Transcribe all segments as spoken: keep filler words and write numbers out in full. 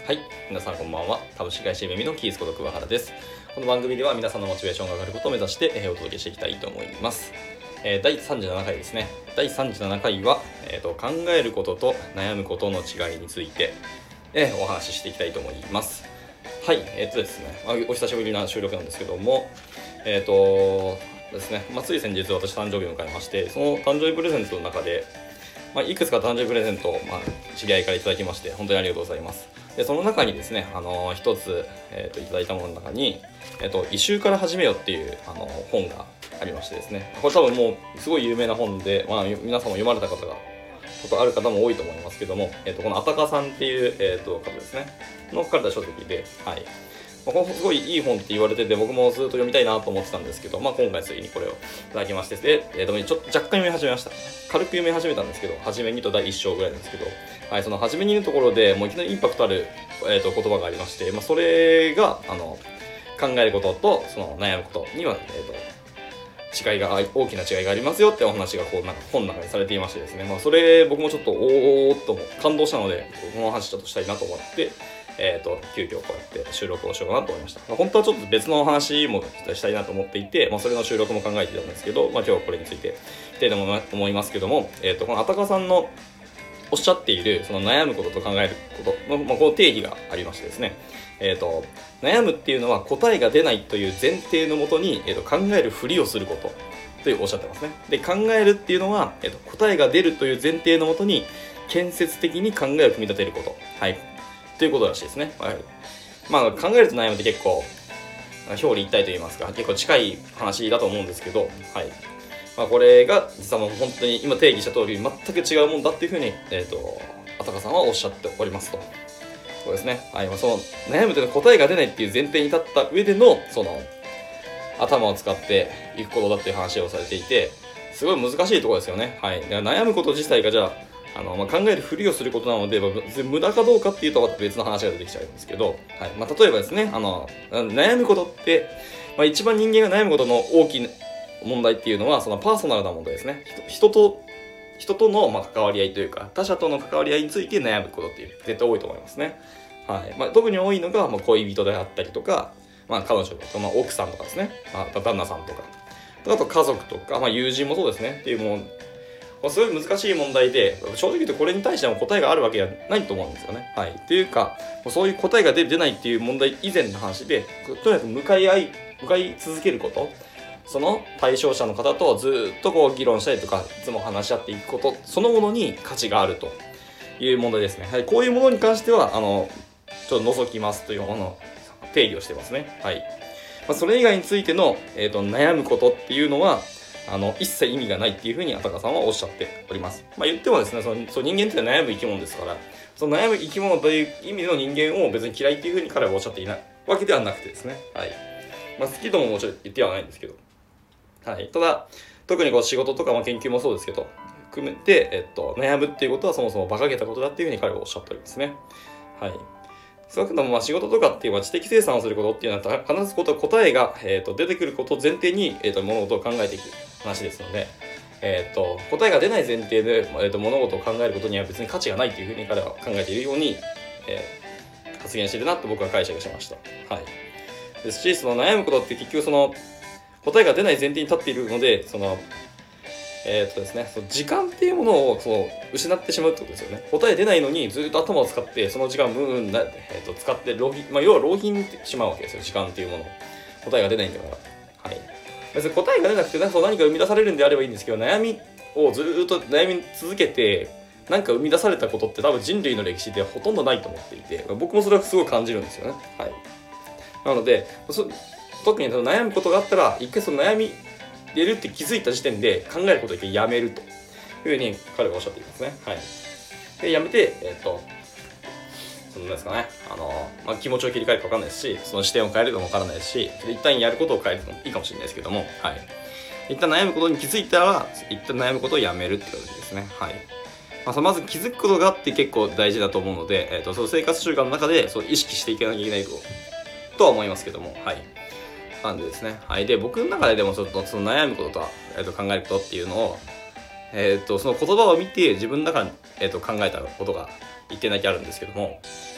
はい、皆さんこんばんは。株式会社めみのキースこと桑原です。この番組では皆さんのモチベーションが上がることを目指してえーお届けしていきたいと思います。えー、だいさんじゅうななかいですね。だいさんじゅうななかいは、えーと、考えることと悩むことの違いについて、えー、お話ししていきたいと思います。はい、えー、っとですね、お久しぶりな収録なんですけども、えーとですね、まあ、つい先日私誕生日を迎えまして、その誕生日プレゼントの中で、まあ、いくつか誕生日プレゼントを、まあ、知り合いからいただきまして本当にありがとうございます。でその中にですね、あのー、一つ、えー、といただいたものの中に、えーと「異臭から始めよ」っていう、あのー、本がありましてですね、これ多分もうすごい有名な本で、まあ、皆さんも読まれた方がことある方も多いと思いますけども、えー、とこのあたかさんっていう、えー、と方ですねの書かれた書籍で、はい、まあ、このすごいいい本って言われてて僕もずっと読みたいなと思ってたんですけど、まあ、今回ついにこれをいただきまして、で、えー、とちょっと若干読み始めました。軽く読み始めたんですけど、初めにとだいいっ章ぐらいなんですけど、はい、その初めにのところでもういきなりインパクトある、えー、と言葉がありまして、まあ、それがあの考えることとその悩むことには、えー、と違いが大きな違いがありますよってお話がこうなんか本の中にされていましてですね、まあ、それ僕もちょっとおーっと感動したのでこの話ちょっとしたいなと思って、えー、と急遽こうやって収録をしようかなと思いました。まあ、本当はちょっと別の話もしたいなと思っていて、まあ、それの収録も考えていたんですけど、まあ、今日はこれについていきたいと思いますけども、えー、とこのあたかさんのおっしゃっているその悩むことと考えることの、まあ、この定義がありましてですね、えー、と悩むっていうのは答えが出ないという前提のもとに、えー、と考えるふりをすることというおっしゃってますね。で考えるっていうのは、えー、と答えが出るという前提のもとに建設的に考えを組み立てること、はい、ということらしいですね。はい、まあ、考えると悩むって結構表裏一体といいますか結構近い話だと思うんですけど、はい、まあ、これが実はもう本当に今定義した通り全く違うもんだっていうふうに、えー、とあたかさんはおっしゃっておりますと。そうですね、はい、まあ、その悩むというのは答えが出ないっていう前提に立った上でのその頭を使っていくことだっていう話をされていて、すごい難しいところですよね。はい、悩むこと自体がじゃああのまあ、考えるふりをすることなので、まあ、無駄かどうかっていうと別の話が出てきちゃうんですけど、はい、まあ、例えばですね、あの悩むことって、まあ、一番人間が悩むことの大きな問題っていうのはそのパーソナルな問題ですね。人と人とのまあ関わり合いというか他者との関わり合いについて悩むことっていう絶対多いと思いますね。はい、まあ、特に多いのがまあ恋人であったりとか、まあ、彼女とか、まあ、奥さんとかですね、まあ、旦那さんとか、あと家族とか、まあ、友人もそうですねっていうもうすごい難しい問題で、正直言うとこれに対しても答えがあるわけじゃないと思うんですよね。はい。っていうか、そういう答えが出る出ないっていう問題以前の話で、とにかく向かい合い、向かい続けること、その対象者の方とずっとこう議論したりとか、いつも話し合っていくこと、そのものに価値があるという問題ですね。はい。こういうものに関しては、あの、ちょっと覗きますというもの定義をしてますね。はい。まあ、それ以外についての、えーと、悩むことっていうのは、あの一切意味がないっていうふうにあたかさんはおっしゃっております。まあ、言ってもですね、そのその人間って悩む生き物ですから、その悩む生き物という意味での人間を別に嫌いっていうふうに彼はおっしゃっていないわけではなくてですね、はい、まあ、好きとももちろん言ってはないんですけど、はい、ただ特にこう仕事とかまあ研究もそうですけど含めて、えっと、悩むっていうことはそもそも馬鹿げたことだっていうふうに彼はおっしゃっておりますね。はい。少なくともまあ仕事とかっていう知的生産をすることっていうのは必ずこと答えが、えー、と出てくることを前提に、えー、と物事を考えていく話ですので、えー、と答えが出ない前提で、えー、と物事を考えることには別に価値がないというふうに彼は考えているように、えー、発言しているなと僕は解釈しました。はい。ですし、その悩むことって結局その答えが出ない前提に立っているので、そのえーっとですね、その時間っていうものをその失ってしまうってことですよね。答え出ないのにずっと頭を使ってその時間ムーンな、えー、と使って浪費、まあ、要は浪費にしてしまうわけですよ。時間っていうもの答えが出ないんだから。はい。別に答えが出なくて何か何か生み出されるんであればいいんですけど、悩みをずっと悩み続けて何か生み出されたことって多分人類の歴史ではほとんどないと思っていて、僕もそれはすごい感じるんですよね。はい。なので特にその悩むことがあったら一回その悩み出るって気づいた時点で考えることをやめるというふうに彼はおっしゃっていますね。はい。でやめて、えっとそのですかね、あのまあ、気持ちを切り替えるか分かんないですし、その視点を変えるかも分からないですし、一旦やることを変えるのもいいかもしれないですけども、はい。一旦悩むことに気づいたら一旦悩むことをやめるって形ですね。はい。まあ、まず気づくことがあって結構大事だと思うので、えっとその生活習慣の中でそう意識していかなきゃいけないととは思いますけども、はい。なんでですね。はい。で、僕の中ででもちょっとその悩むことと、えー、と考えることっていうのを、えっ、ー、と、その言葉を見て自分の中で、えー、と考えたことが一点だけあるんですけども、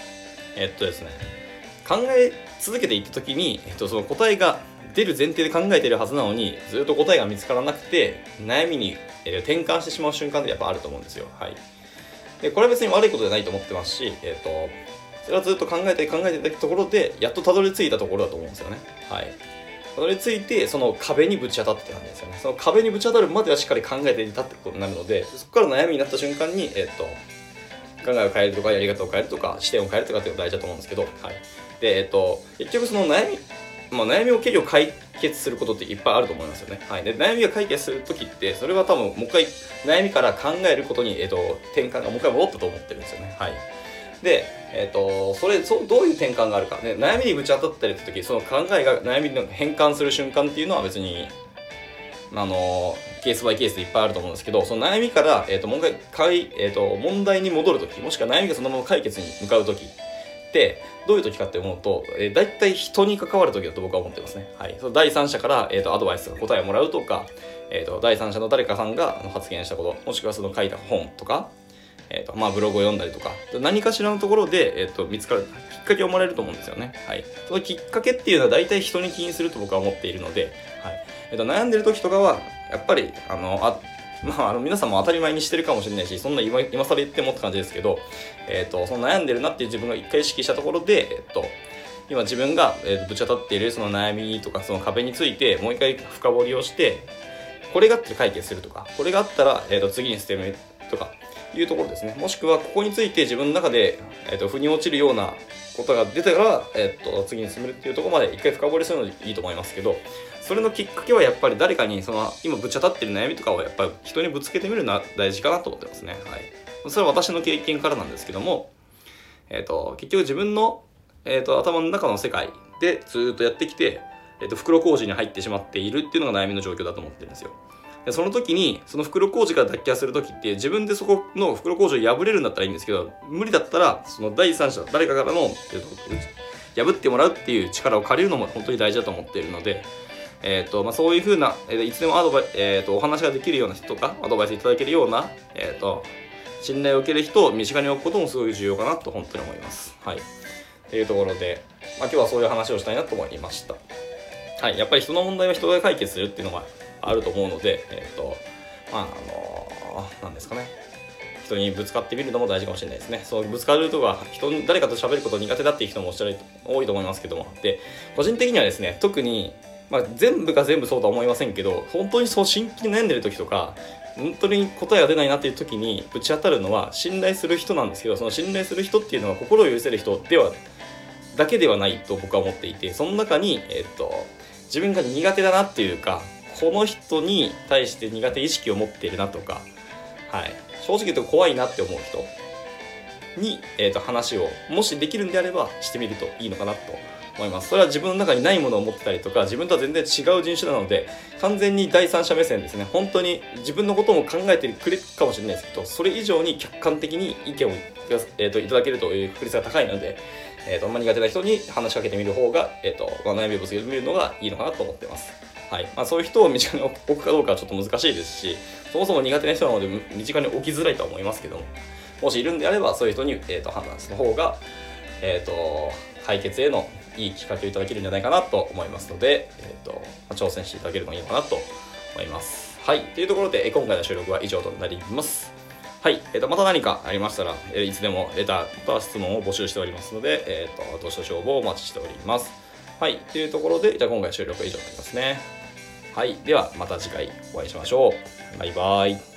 えっとですね考え続けていった時に、えっと、その答えが出る前提で考えているはずなのにずっと答えが見つからなくて悩みに転換してしまう瞬間ってやっぱあると思うんですよ。はい、でこれは別に悪いことじゃないと思ってますし、えっと、それはずっと考えて考えてたところでやっとたどり着いたところだと思うんですよね。はい、たどり着いてその壁にぶち当たってって感じですよね。その壁にぶち当たるまではしっかり考えていたってことになるので、そこから悩みになった瞬間に、えっと、考えを変えるとかやり方を変えるとか視点を変えるとかっていうのが大事だと思うんですけど、はい、で、えっと、結局その悩み、まあ、悩みを結局解決することっていっぱいあると思いますよね。はい、で悩みが解決するときってそれは多分もう一回悩みから考えることに、えっと、転換がもう一回戻ったと思ってるんですよね。はい、で、えっと、それそどういう転換があるか、ね、悩みにぶち当たったりした時その考えが悩みに変換する瞬間っていうのは別にあのケースバイケースでいっぱいあると思うんですけど、その悩みから、えー、ともう一回、えー、と問題に戻るとき、もしくは悩みがそのまま解決に向かうときってどういうときかって思うと、えー、大体人に関わるときだと僕は思ってますね。はい、その第三者から、えー、とアドバイスとか答えをもらうとか、えー、と第三者の誰かさんが発言したこと、もしくはその書いた本とか、えーとまあ、ブログを読んだりとか何かしらのところで、えー、と見つかるきっかけをもらえると思うんですよね。はい、そのきっかけっていうのは大体人に起因すると僕は思っているので、はいえー、と悩んでる時とかはやっぱりあのあ、まあ、あの皆さんも当たり前にしてるかもしれないし、そんな今今更言ってもって感じですけど、えー、とその悩んでるなっていう自分が一回意識したところで、えー、と今自分が、えー、とぶち当たっているその悩みとかその壁についてもう一回深掘りをして、これがあって解決するとか、これがあったら、えー、と次に進めるとかいうところですね。もしくはここについて自分の中で、えー、と腑に落ちるようなことが出たら、えー、と次に進めるっていうところまで一回深掘りするのでいいと思いますけど、それのきっかけはやっぱり誰かにその今ぶち当たってる悩みとかをやっぱり人にぶつけてみるのは大事かなと思ってますね。はい、それは私の経験からなんですけども、えー、と結局自分の、えー、と頭の中の世界でずっとやってきて、えー、と袋小路に入ってしまっているっていうのが悩みの状況だと思ってるんですよ。でその時にその袋小路から脱却する時って自分でそこの袋小路を破れるんだったらいいんですけど、無理だったらその第三者誰かからの、えー、と破ってもらうっていう力を借りるのも本当に大事だと思っているので、えーとまあ、そういう風な、えー、いつでもアドバイ、えー、とお話ができるような人とかアドバイスいただけるような、えー、と信頼を受ける人を身近に置くこともすごい重要かなと本当に思います。はい、というところで、まあ、今日はそういう話をしたいなと思いました。はい、やっぱり人の問題は人が解決するっていうのがあると思うので、えっとまああのなんですかね、人にぶつかってみるのも大事かもしれないですね。そうぶつかるとか人誰かと喋ること苦手だっていう人もおっしゃる多いと思いますけども、で個人的にはですね、特に、まあ、全部が全部そうとは思いませんけど、本当にそう真剣に悩んでる時とか本当に答えが出ないなっていう時にぶち当たるのは信頼する人なんですけど、その信頼する人っていうのは心を許せる人ではだけではないと僕は思っていて、その中に、えっと、自分が苦手だなっていうか、この人に対して苦手意識を持っているなとか、はい、正直言うと怖いなって思う人に、えー、と話をもしできるんであればしてみるといいのかなと思います。それは自分の中にないものを持ってたりとか、自分とは全然違う人種なので完全に第三者目線ですね。本当に自分のことも考えてくれるかもしれないですけど、それ以上に客観的に意見を、えー、といただけるという確率が高いので、えー、とあんま苦手な人に話しかけてみる方が、えーとまあ、悩みをぶつけてみるのがいいのかなと思ってます。はいまあ、そういう人を身近に置くかどうかはちょっと難しいですし、そもそも苦手な人なので身近に置きづらいとは思いますけども、もしいるんであればそういう人に、えー、と判断する方が、えー、と解決へのいいきっかけをいただけるんじゃないかなと思いますので、えーとまあ、挑戦していただけるのがいいのかなと思います。はい、というところで今回の収録は以上となります。はい、えー、とまた何かありましたら、えー、いつでもレターと質問を募集しておりますので、えー、とどしどし応募をお待ちしております。はい、というところでじゃあ今回収録は以上になりますね。はい、ではまた次回お会いしましょう。バイバイ。